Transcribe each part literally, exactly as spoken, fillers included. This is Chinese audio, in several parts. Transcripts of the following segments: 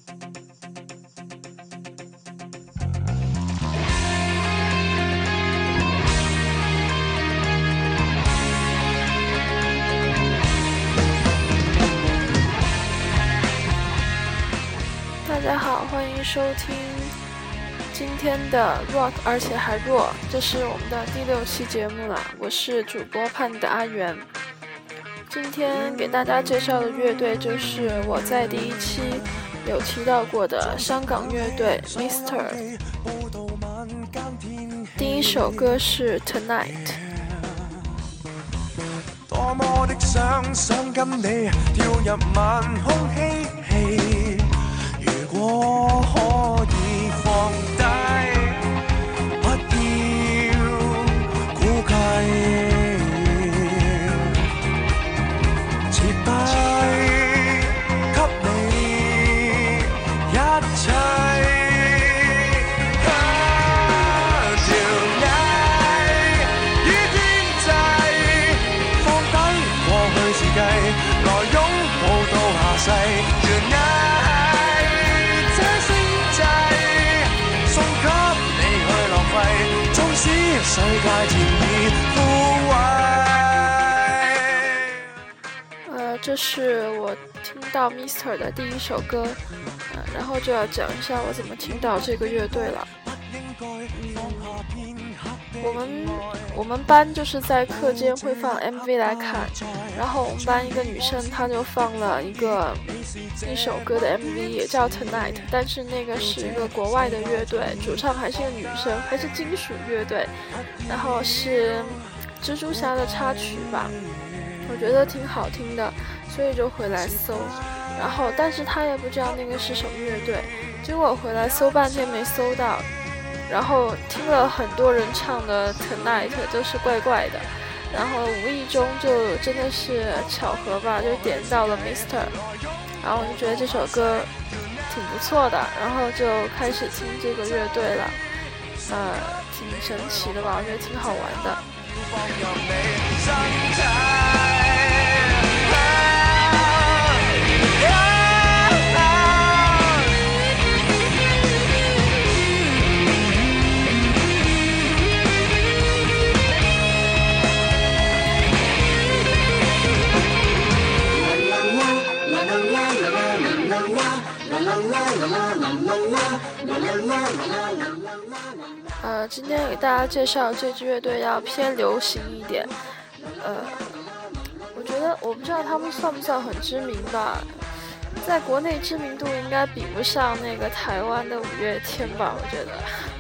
大家好，欢迎收听今天的 Rock 而且还弱，这是我们的第六期节目了。我是主播盼的阿元，今天给大家介绍的乐队就是我在第一期有提到过的香港乐队 Mister， 第一首歌是 Tonight。 多麼的想想跟你跳入晚空嬉戲，如果可以放低，不要估計，徹底給你一切。來擁抱到下世，原來這星際送給你去浪費，縱使世界前已枯萎。 呃，這是我聽到 Mister 的第一首歌，呃，然後就要講一下我怎麼聽到這個樂隊了。嗯，我們我們班就是在課間會放 M V 來看，然後我們班一個女生她就放了一個一首歌的 M V， 也叫 Tonight， 但是那個是一個國外的樂隊，主唱還是一個女生，還是金屬樂隊，然後是蜘蛛俠的插曲吧，我覺得挺好聽的，所以就回來搜，然後但是她也不知道那個是什麼樂隊，結果回來搜半天沒搜到。然後聽了很多人唱的 Tonight， 就是怪怪的，然後無意中就真的是巧合吧，就點到了 Mister， 然後我就覺得這首歌挺不錯的，然後就開始聽這個樂隊了，呃，挺神奇的吧，我覺得挺好玩的。呃，今天给大家介绍这支乐队要偏流行一点，呃，我觉得我不知道他们算不算很知名吧，在国内知名度应该比不上那个台湾的五月天吧，我觉得。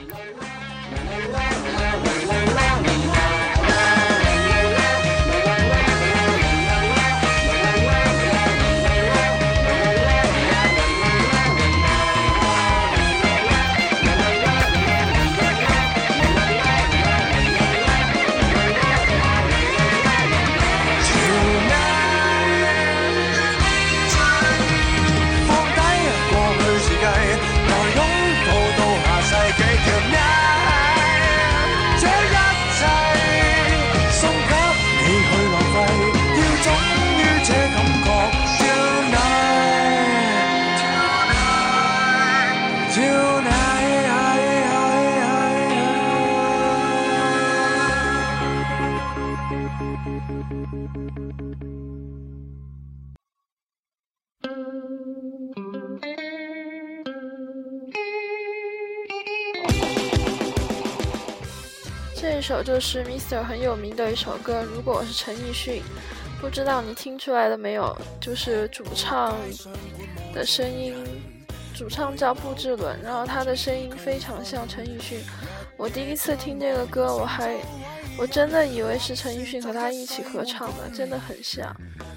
这一首就是 Mister 很有名的一首歌，如果我是陈奕迅，不知道你听出来了没有，就是主唱的声音，主唱叫布志伦，然后他的声音非常像陈奕迅。我第一次听这个歌，我还我真的以为是陳奕迅和他一起合唱的，真的很像。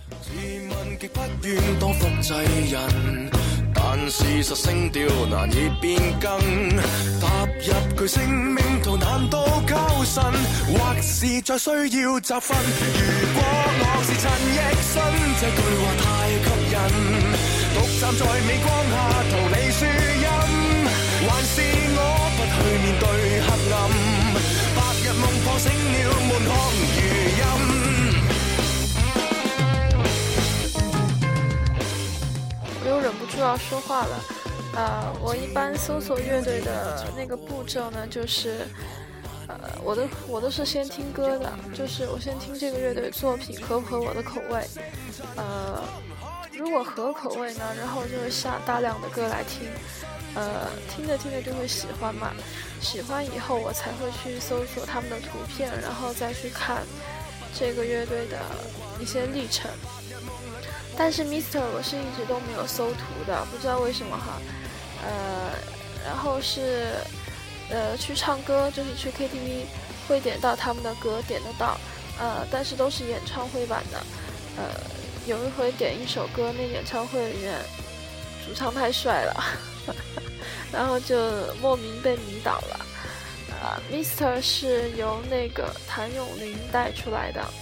但事實聲調難以變更，踏入巨星命途難道交身，或是再需要集訓。如果我是陳奕迅，這句話太吸引，獨站在鎂光下逃離樹蔭，還是我不去面對黑暗，白日夢破醒了滿腔餘音。我又忍不住要說話了， 呃，我一般搜索乐队的那个步骤呢，就是，呃，我都我都是先听歌的，就是我先听这个乐队作品合不合我的口味，呃，如果合口味呢，然后就会下大量的歌来听，呃，听着听着就会喜欢嘛，喜欢以后我才会去搜索他们的图片，然后再去看这个乐队的一些历程。但是 Mister 我是一直都没有搜图的，不知道为什么哈。呃，然后是，呃，去唱歌就是去 K T V 会点到他们的歌，点得到，呃，但是都是演唱会版的。呃，有一回点一首歌，那演唱会里面主唱太帅了，然后就莫名被迷倒了。呃 ，Mister 是由那个谭咏麟带出来的。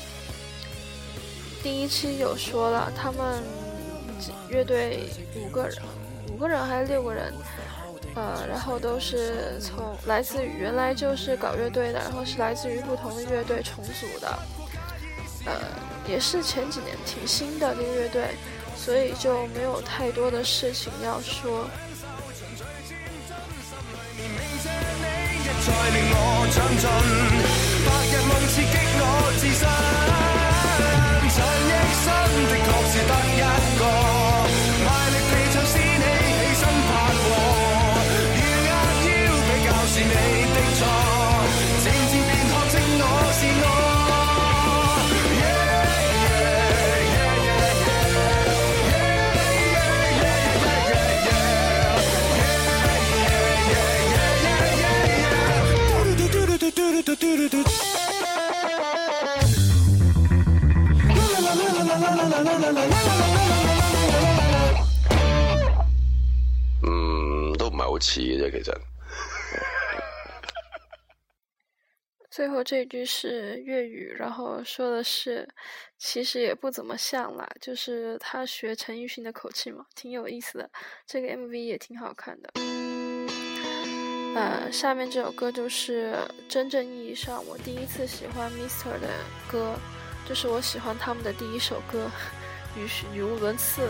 第一期有说了，他们乐队五个人。五个人还是六个人，呃，然后都是从来自于原来就是搞乐队的，然后是来自于不同的乐队重组的，呃，也是前几年挺新的这个乐队，所以就没有太多的事情要说。 嗯，都唔係好似嘅啫，其實。 最后这句是粤语，然后说的是，其实也不怎么像啦，就是他学陈奕迅的口气嘛，挺有意思的。这个 M V 也挺好看的。呃，下面这首歌就是真正意义上我第一次喜欢 Mister 的歌，就是我喜欢他们的第一首歌，语语无伦次。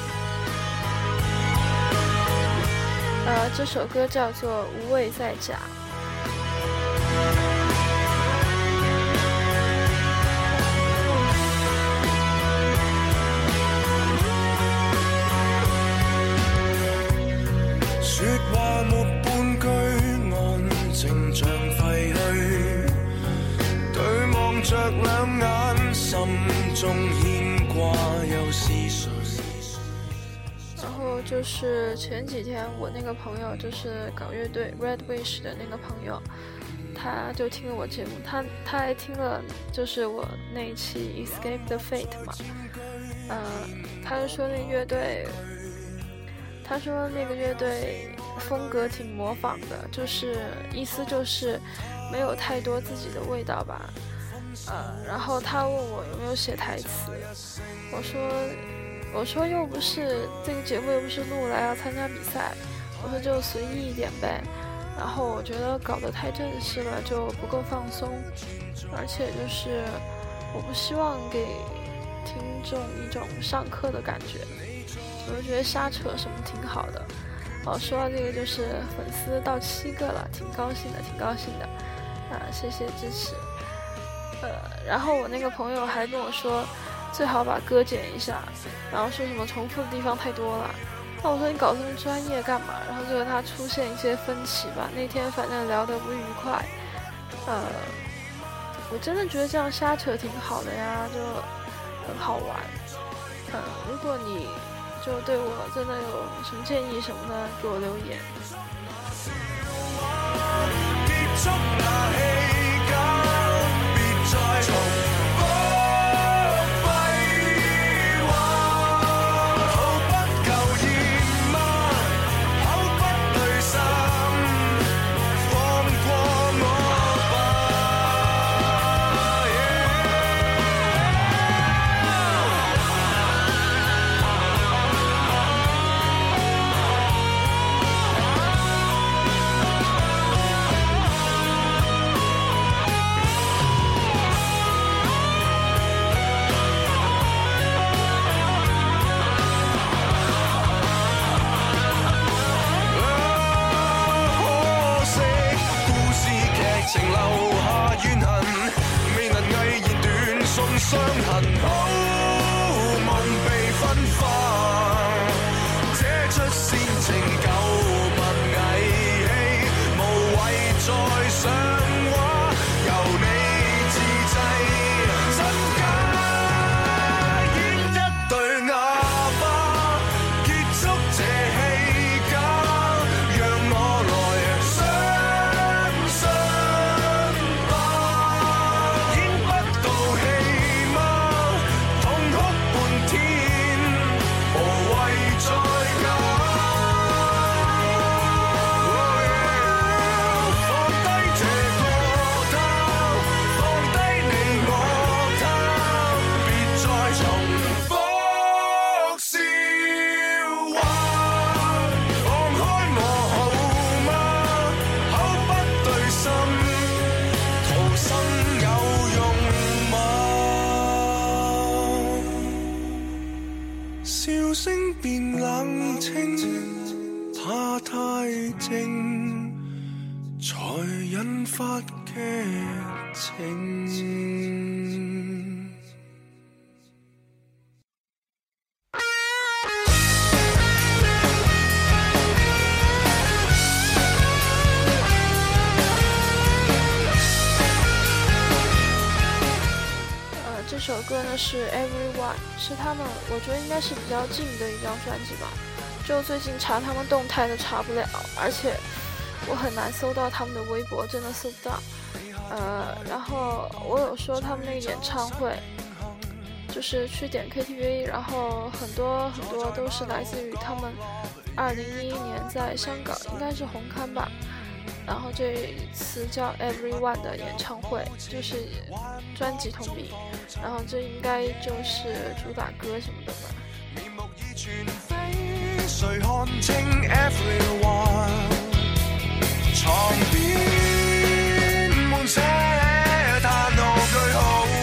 呃，这首歌叫做《无畏在甲》。 說話沒半句，安靜像廢墟，對望着兩眼，心中牽掛又是誰？ 然後就是前幾天我那個朋友，就是搞樂隊 Red Wish 的那個朋友，他就聽了我節目，他他還聽了就是我那一期 Escape the Fate 嘛，呃，他就說那樂隊。他說那個樂隊風格挺模仿的，就是意思就是沒有太多自己的味道吧。呃，然後他問我有沒有寫台詞，我說我說又不是這個節目又不是錄來要參加比賽，我說就隨意一點唄。然後我覺得搞得太正式了，就不夠放鬆，而且就是我不希望給聽眾一種上課的感覺。我就覺得瞎扯什麼挺好的。哦，說到這個就是粉絲到七個了，挺高興的，挺高興的。啊，謝謝支持。呃，然後我那個朋友還跟我說，最好把歌剪一下，然後說什麼重複的地方太多了。那我說你搞這麼專業幹嘛？然後就和他出現一些分歧吧。那天反正聊得不愉快。呃，我真的覺得這樣瞎扯挺好的呀，就很好玩。嗯，如果你就對我真的有什麼建議什麼的，給我留言。 好，夢被分化，這出煽情舊物藝氣，無謂再上畫，由你自製，真假演一對啞巴，結束這戲假，讓我來相信吧，演不到戲嗎？痛哭半天，無謂再假。放低這個他，放低你我他，別再重複笑話。放開我好嗎？口不對心，逃生有用嗎？笑聲變冷清，怕太靜，才引發劇情。 呃，这首歌呢是 Everyone， 是他们，我觉得应该是比较近的一张专辑吧。就最近查他们动态都查不了，而且我很难搜到他们的微博，真的搜不到。呃，然后我有说他们那个演唱会，就是去点 K T V， 然后很多很多都是来自于他们二零一一年在香港，应该是红磡吧。然后这一次叫 Everyone 的演唱会，就是专辑同名，然后这应该就是主打歌什么的吧。 面目已全非，誰看清 everyone？ 床邊滿寫嘆號句號，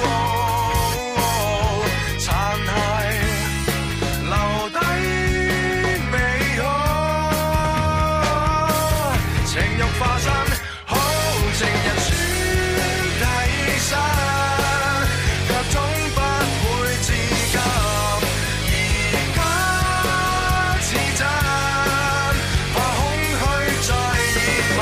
殘骸留低美好，情慾化身好情人選替身，腳蹤不會自及，而家似真，怕空虛再熱吻。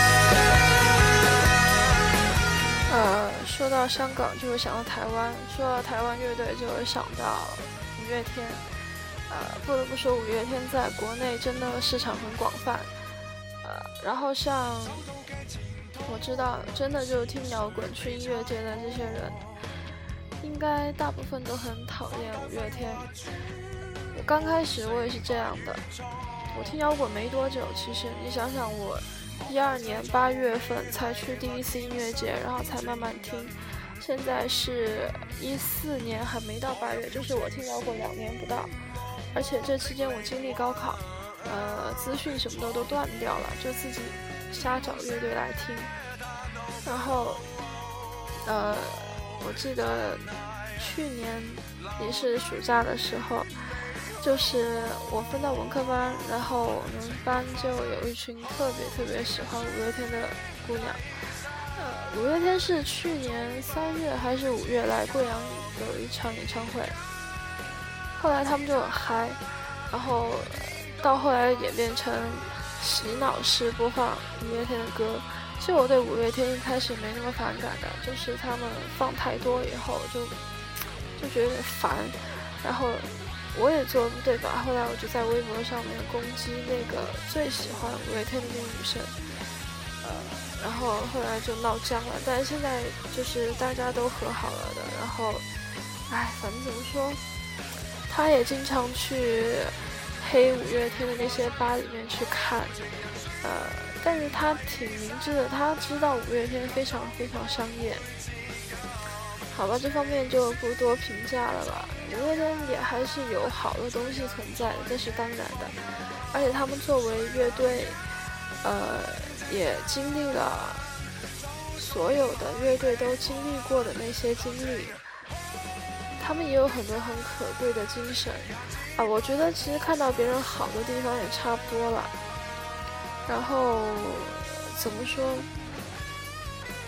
呃，说到香港就会想到台湾，说到台湾乐队就会想到五月天。呃，不得不说五月天在国内真的市场很广泛。呃，然后像我知道真的就听摇滚去音乐节的这些人，应该大部分都很讨厌五月天。我刚开始我也是这样的，我听摇滚没多久，其实你想想我一二年八月份才去第一次音乐节，然后才慢慢听，现在是一四年还没到八月，就是我听摇滚两年不到，而且这期间我经历高考，呃，资讯什么的都断掉了，就自己瞎找乐队来听。然后，呃，我记得去年也是暑假的时候，就是我分到文科班，然后我们班就有一群特别特别喜欢五月天的姑娘。呃，五月天是去年三月还是五月来贵阳有一场演唱会，后来他们就很嗨，然后到后来演变成洗脑式播放五月天的歌。其实我对五月天一开始没那么反感的，就是他们放太多以后就就觉得有点烦，然后我也做不对吧，后来我就在微博上面攻击那个最喜欢五月天的那个女生，呃，然后后来就闹僵了，但是现在就是大家都和好了的，然后哎，反正怎么说，他也经常去黑五月天的那些吧里面去看，呃，但是他挺明智的，他知道五月天非常非常商业。好吧，这方面就不多评价了吧。五月天也还是有好的东西存在的，这是当然的。而且他们作为乐队，呃，也经历了所有的乐队都经历过的那些经历。他们也有很多很可贵的精神啊！我觉得其实看到别人好的地方也差不多了。然后怎么说？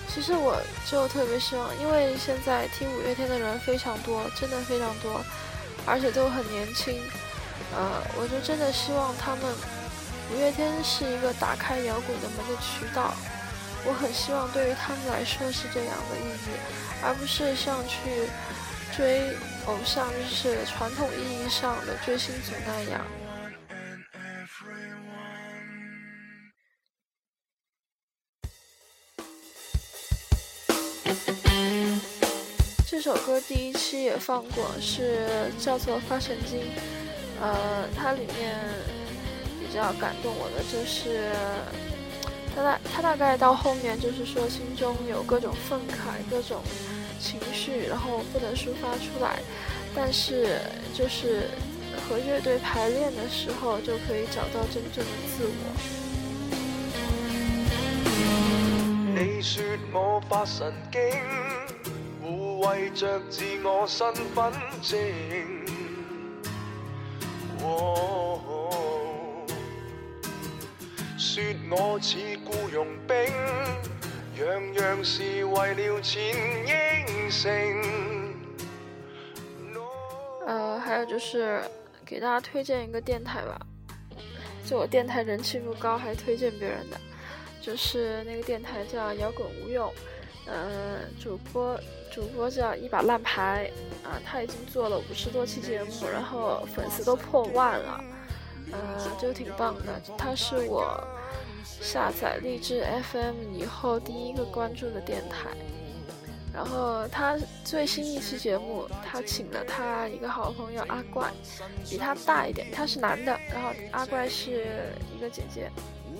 其实我就特别希望，因为现在听五月天的人非常多，真的非常多，而且都很年轻。呃，我就真的希望他们五月天是一个打开摇滚的门的渠道。我很希望对于他们来说是这样的意义，而不是像去追偶像，就是传统意义上的追星族那样。这首歌第一期也放过，是叫做《发神经》。呃，它里面比较感动我的就是它大它大概到后面就是说心中有各种愤慨、各种情绪，然后不能抒发出来，但是就是和乐队排练的时候就可以找到真正的自我。 你說我發神經，護衛着自我身份證。哦，說我似僱傭兵，樣樣是為了錢應承。 呃，還有就是給大家推薦一個電台吧，就我電台人氣不高，還推薦別人的。就是那個電台叫搖滾無用，呃，主播主播叫一把爛牌啊，他已經做了五十多期節目，然後粉絲都破萬了，呃，就挺棒的。他是我下載荔枝 F M 以後第一個關注的電台。然後他最新一期節目，他請了他一個好朋友阿怪，比他大一點，他是男的，然後阿怪是一個姐姐。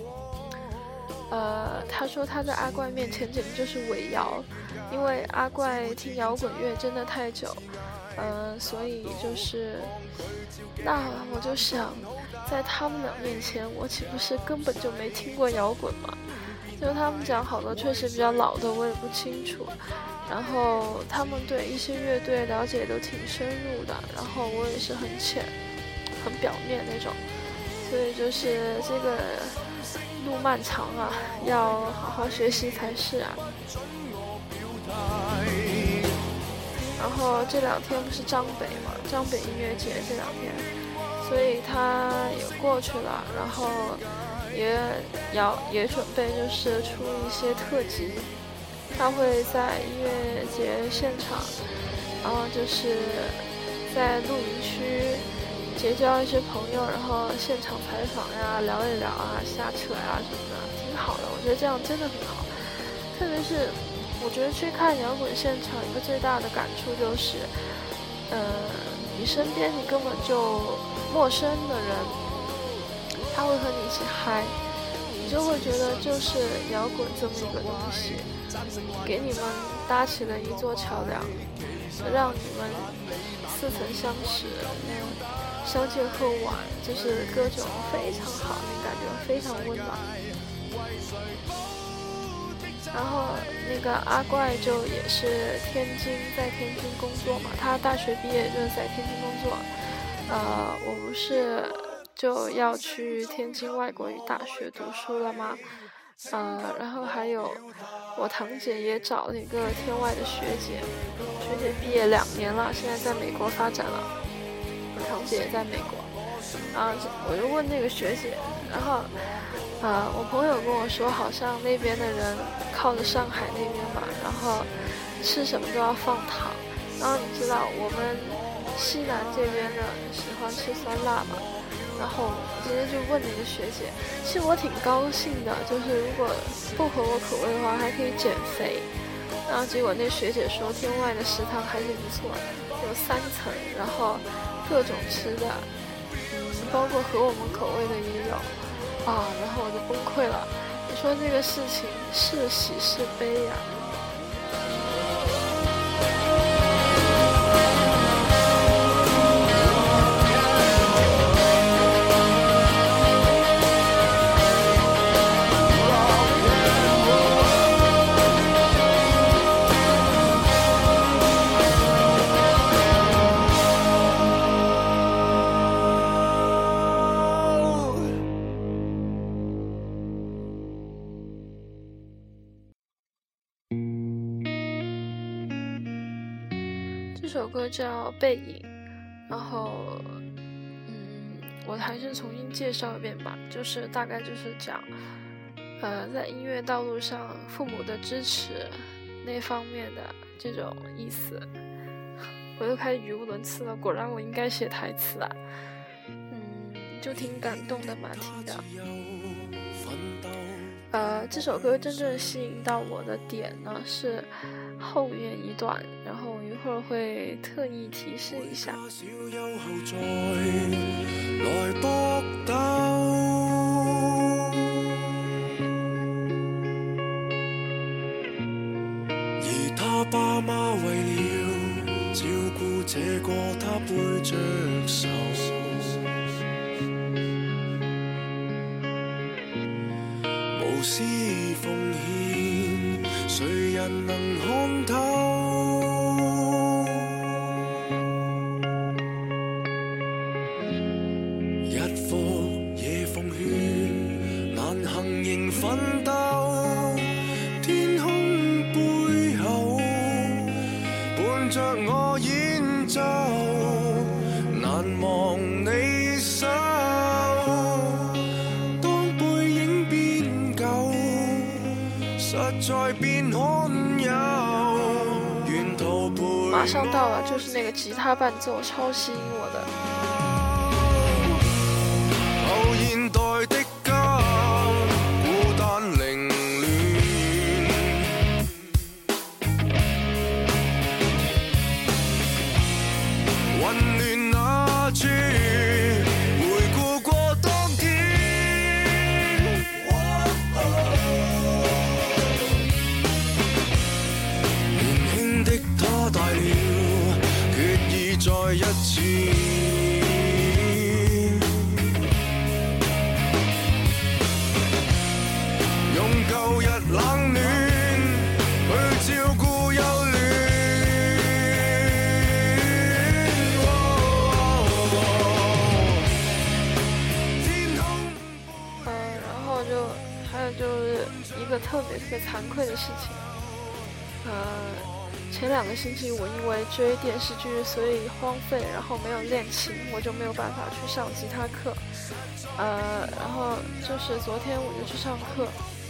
呃，他說他在阿怪面前簡直就是偽搖，因為阿怪聽搖滾樂真的太久，呃，所以就是，那我就想，在他們倆面前，我豈不是根本就沒聽過搖滾嗎？就他們講好多確實比較老的，我也不清楚，然後他們對一些樂隊了解都挺深入的，然後我也是很淺，很表面那種，所以就是這個。路漫長啊，要好好學習才是啊。然後這兩天不是張北嘛，張北音樂節這兩天，所以他也過去了，然後也要也準備就是出一些特輯，他會在音樂節現場，然後就是在露營區結交一些朋友，然後現場採訪呀，聊一聊啊，瞎扯呀什麼的，挺好的。我覺得這樣真的很好。特別是，我覺得去看搖滾現場，一個最大的感觸就是，呃，你身邊你根本就陌生的人，他會和你一起嗨，你就會覺得就是搖滾這麼一個東西，給你們搭起了一座橋樑，讓你們似曾相識。相見恨晚，就是各種非常好，那感覺非常溫暖。然後那個阿怪就也是天津，在天津工作嘛，他大學畢業就是在天津工作。呃，我不是就要去天津外國語大學讀書了嗎？呃，然後還有我堂姐也找了一個天外的學姐，學姐畢業兩年了，現在在美國發展了。堂姐也在美國，啊，我就問那個學姐，然後，啊，我朋友跟我說，好像那邊的人靠着上海那邊嘛，然後吃什麼都要放糖，然後你知道我們西南這邊的喜歡吃酸辣嘛，然後我今天就問那個學姐，其實我挺高興的，就是如果不合我口味的話，還可以減肥，然後結果那學姐說天外的食堂還是不錯，有三層，然後各種吃的，嗯，包括和我們口味的也有，啊，然後我就崩潰了。你說這個事情是喜是悲呀？ 首歌叫《背影》，然后嗯，我还是重新介绍一遍吧，就是大概就是讲呃在音乐道路上父母的支持那方面的这种意思。我又开始语无伦次了，果然我应该写台词啊。嗯，就挺感动的嘛，听的。呃，这首歌真正吸引到我的点呢是后面一段，然后我一会儿会特意提示一下。 而他爸媽為了照顧這個他背着手，無私奉獻，誰人能看透？日復夜奉勸，難行仍奮鬥，天空背後伴着我演奏，難忘你手。 马上到了，就是那个吉他伴奏超吸引我的。 後現代的家，孤單凌亂，混亂那處，回顧過當天。大了，決意再一次，用舊日冷暖去照顧幼戀。 嗯，然後就還有就是一個特別特別慚愧的事情，呃。前兩個星期我因為追電視劇所以荒廢，然後沒有練琴，我就沒有辦法去上吉他課。呃，然後就是昨天我就去上課。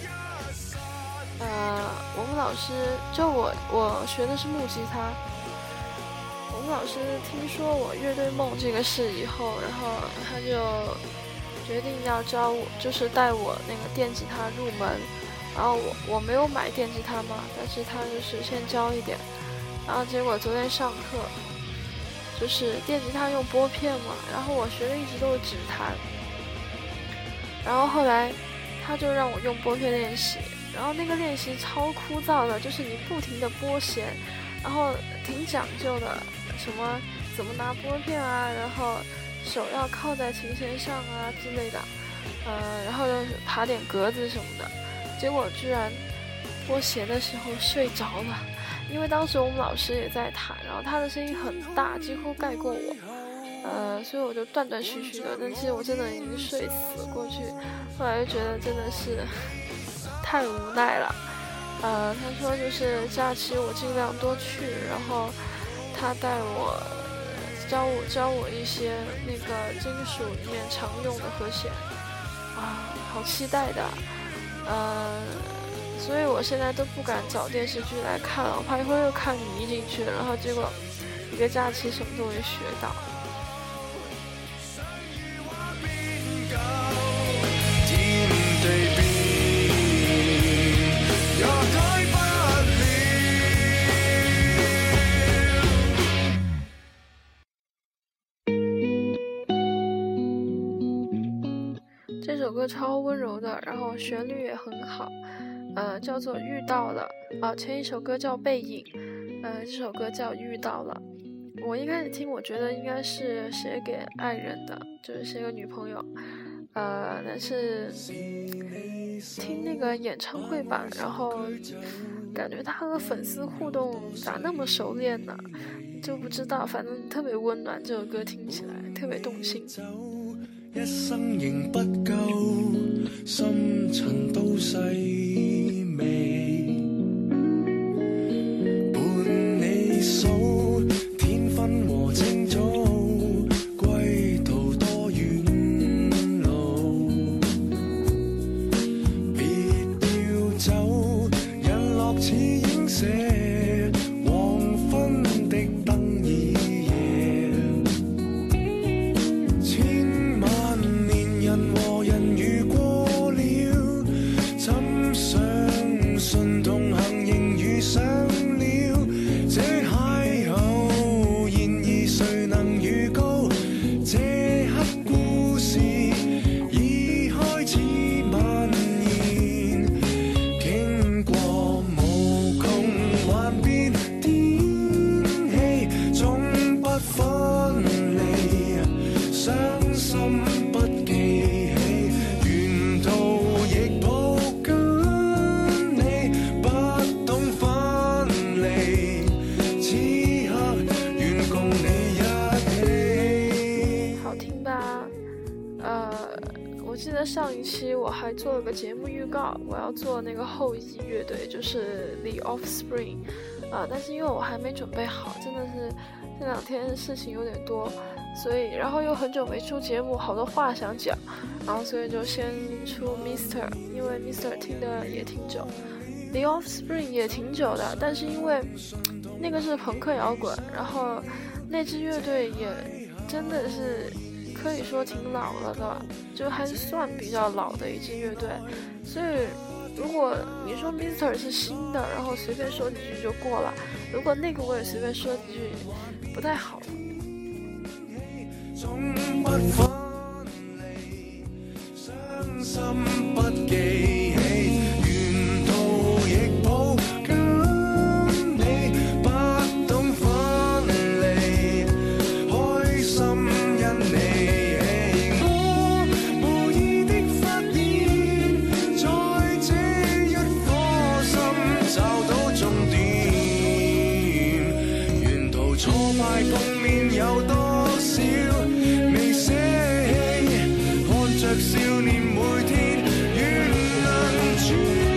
呃，我們老師就我我學的是木吉他，我們老師聽說我樂隊夢這個事以後，然後他就決定要教我，就是帶我那個電吉他入門。然後我我沒有買電吉他嘛，但是他就是先教一點。然後結果昨天上課，就是電吉他用撥片嘛，然後我學的一直都是指彈，然後後來他就讓我用撥片練習，然後那個練習超枯燥的，就是你不停的撥弦，然後挺講究的，什麼怎麼拿撥片啊，然後手要靠在琴弦上啊之類的，呃，然後就是爬點格子什麼的，結果居然撥弦的時候睡着了。因為當時我們老師也在彈，然後他的聲音很大，幾乎蓋過我，呃，所以我就斷斷續續的，但是我真的已經睡死過去。後來就覺得真的是太無奈了。呃，他說就是假期我盡量多去，然後他帶我教我教我一些那個金屬裡面常用的和弦，啊，好期待的，呃。所以我現在都不敢找電視劇來看了，我怕一會兒又看迷進去，然後結果一個假期什麼都沒學到。這首歌超溫柔的，然後旋律也很好。呃，叫做遇到了啊，前一首歌叫背影，呃，這首歌叫遇到了。我一開始聽，我覺得應該是寫給愛人的，就是寫個女朋友。呃，但是聽那個演唱會版，然後感覺他和粉絲互動咋那麼熟練呢？就不知道，反正特別溫暖，這首歌聽起來特別動心。 一生仍不夠，深沉都細味，伴你數天心不記起，沿途亦抱緊你，不懂分離，此刻願共你一起。 好聽吧？呃，我記得上一期我還做了個節目預告，我要做那個後羿樂隊，就是 The Offspring， 啊、呃，但是因為我還沒準備好，真的是這兩天事情有點多，所以然後又很久沒出節目，好多話想講，然後所以就先出 Mister， 因為 Mister 聽的也挺久 ，The Offspring 也挺久的，但是因為那個是朋克搖滾，然後那支樂隊也真的是可以說挺老了的，就還算比較老的一支樂隊，所以如果你說 Mister 是新的，然後隨便說幾句就過了，如果那個我也隨便說幾句不太好。 總不分離，傷心不記起，沿途亦抱緊你，不懂分離，開心因你。我無意的發現，在這一顆心找到終點，沿途挫敗共勉有多少未捨棄，看着少年每天願能處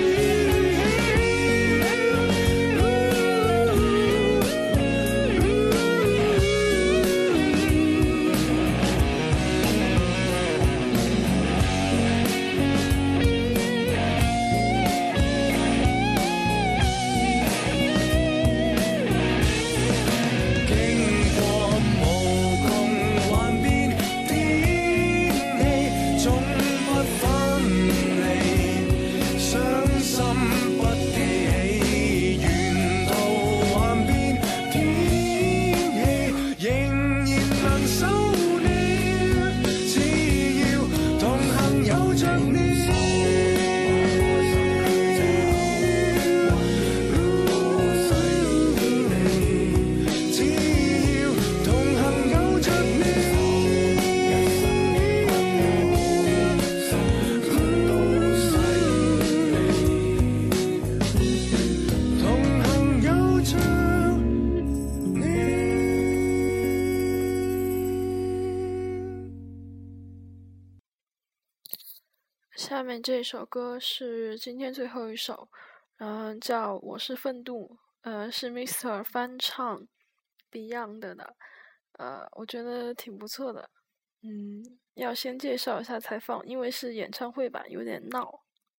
下面这首歌是今天最后一首，嗯、呃，叫《我是愤怒》，呃，是 Mister 翻唱 Beyond 的，呃，我觉得挺不错的。嗯，要先介绍一下才放，因为是演唱会版，有点闹。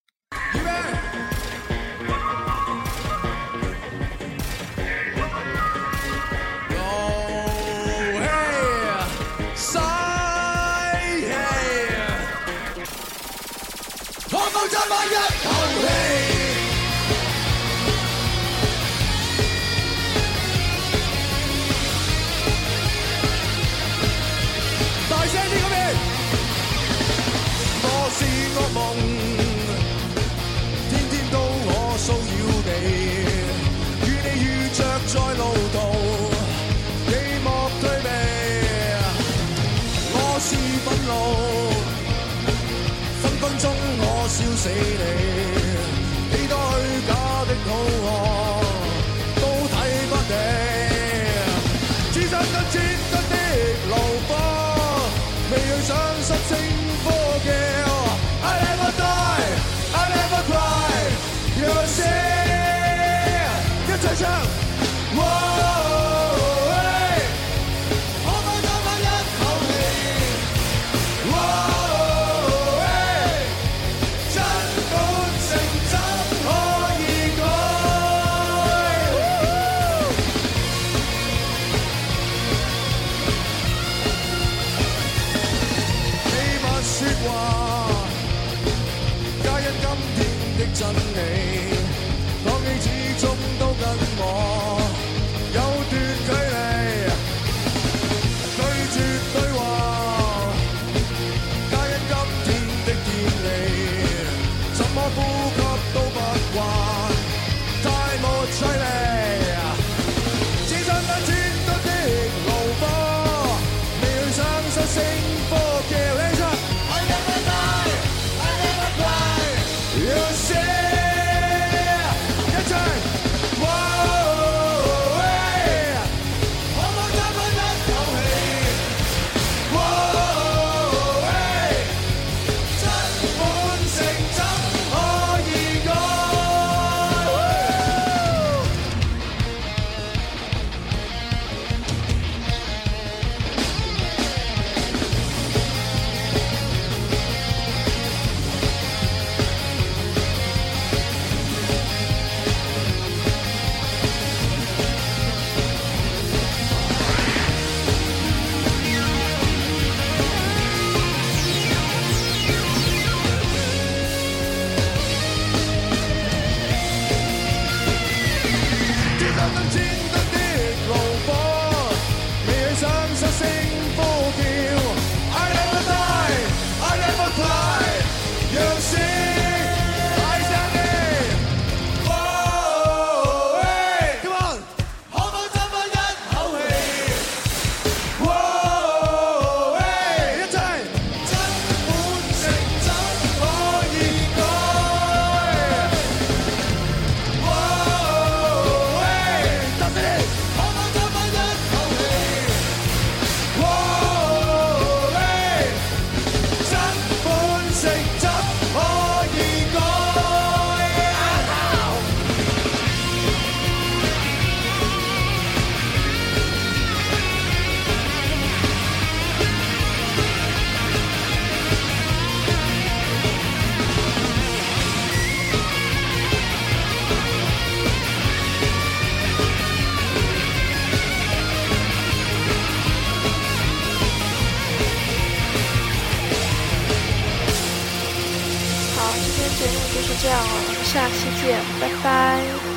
再放一口氣，大聲啲嗰邊，我是惡夢，天天都我騷擾你，與你遇着在路途，你莫退避，我是憤怒。分分鐘我燒死你，幾多虛假的好惡都睇不地，只想得切得的流波，未去想失清科叫 I never die, I never cry, you're sick， 一齊唱，可否再放一口氣？說話今天节目就是这样了，我们下期见，拜拜。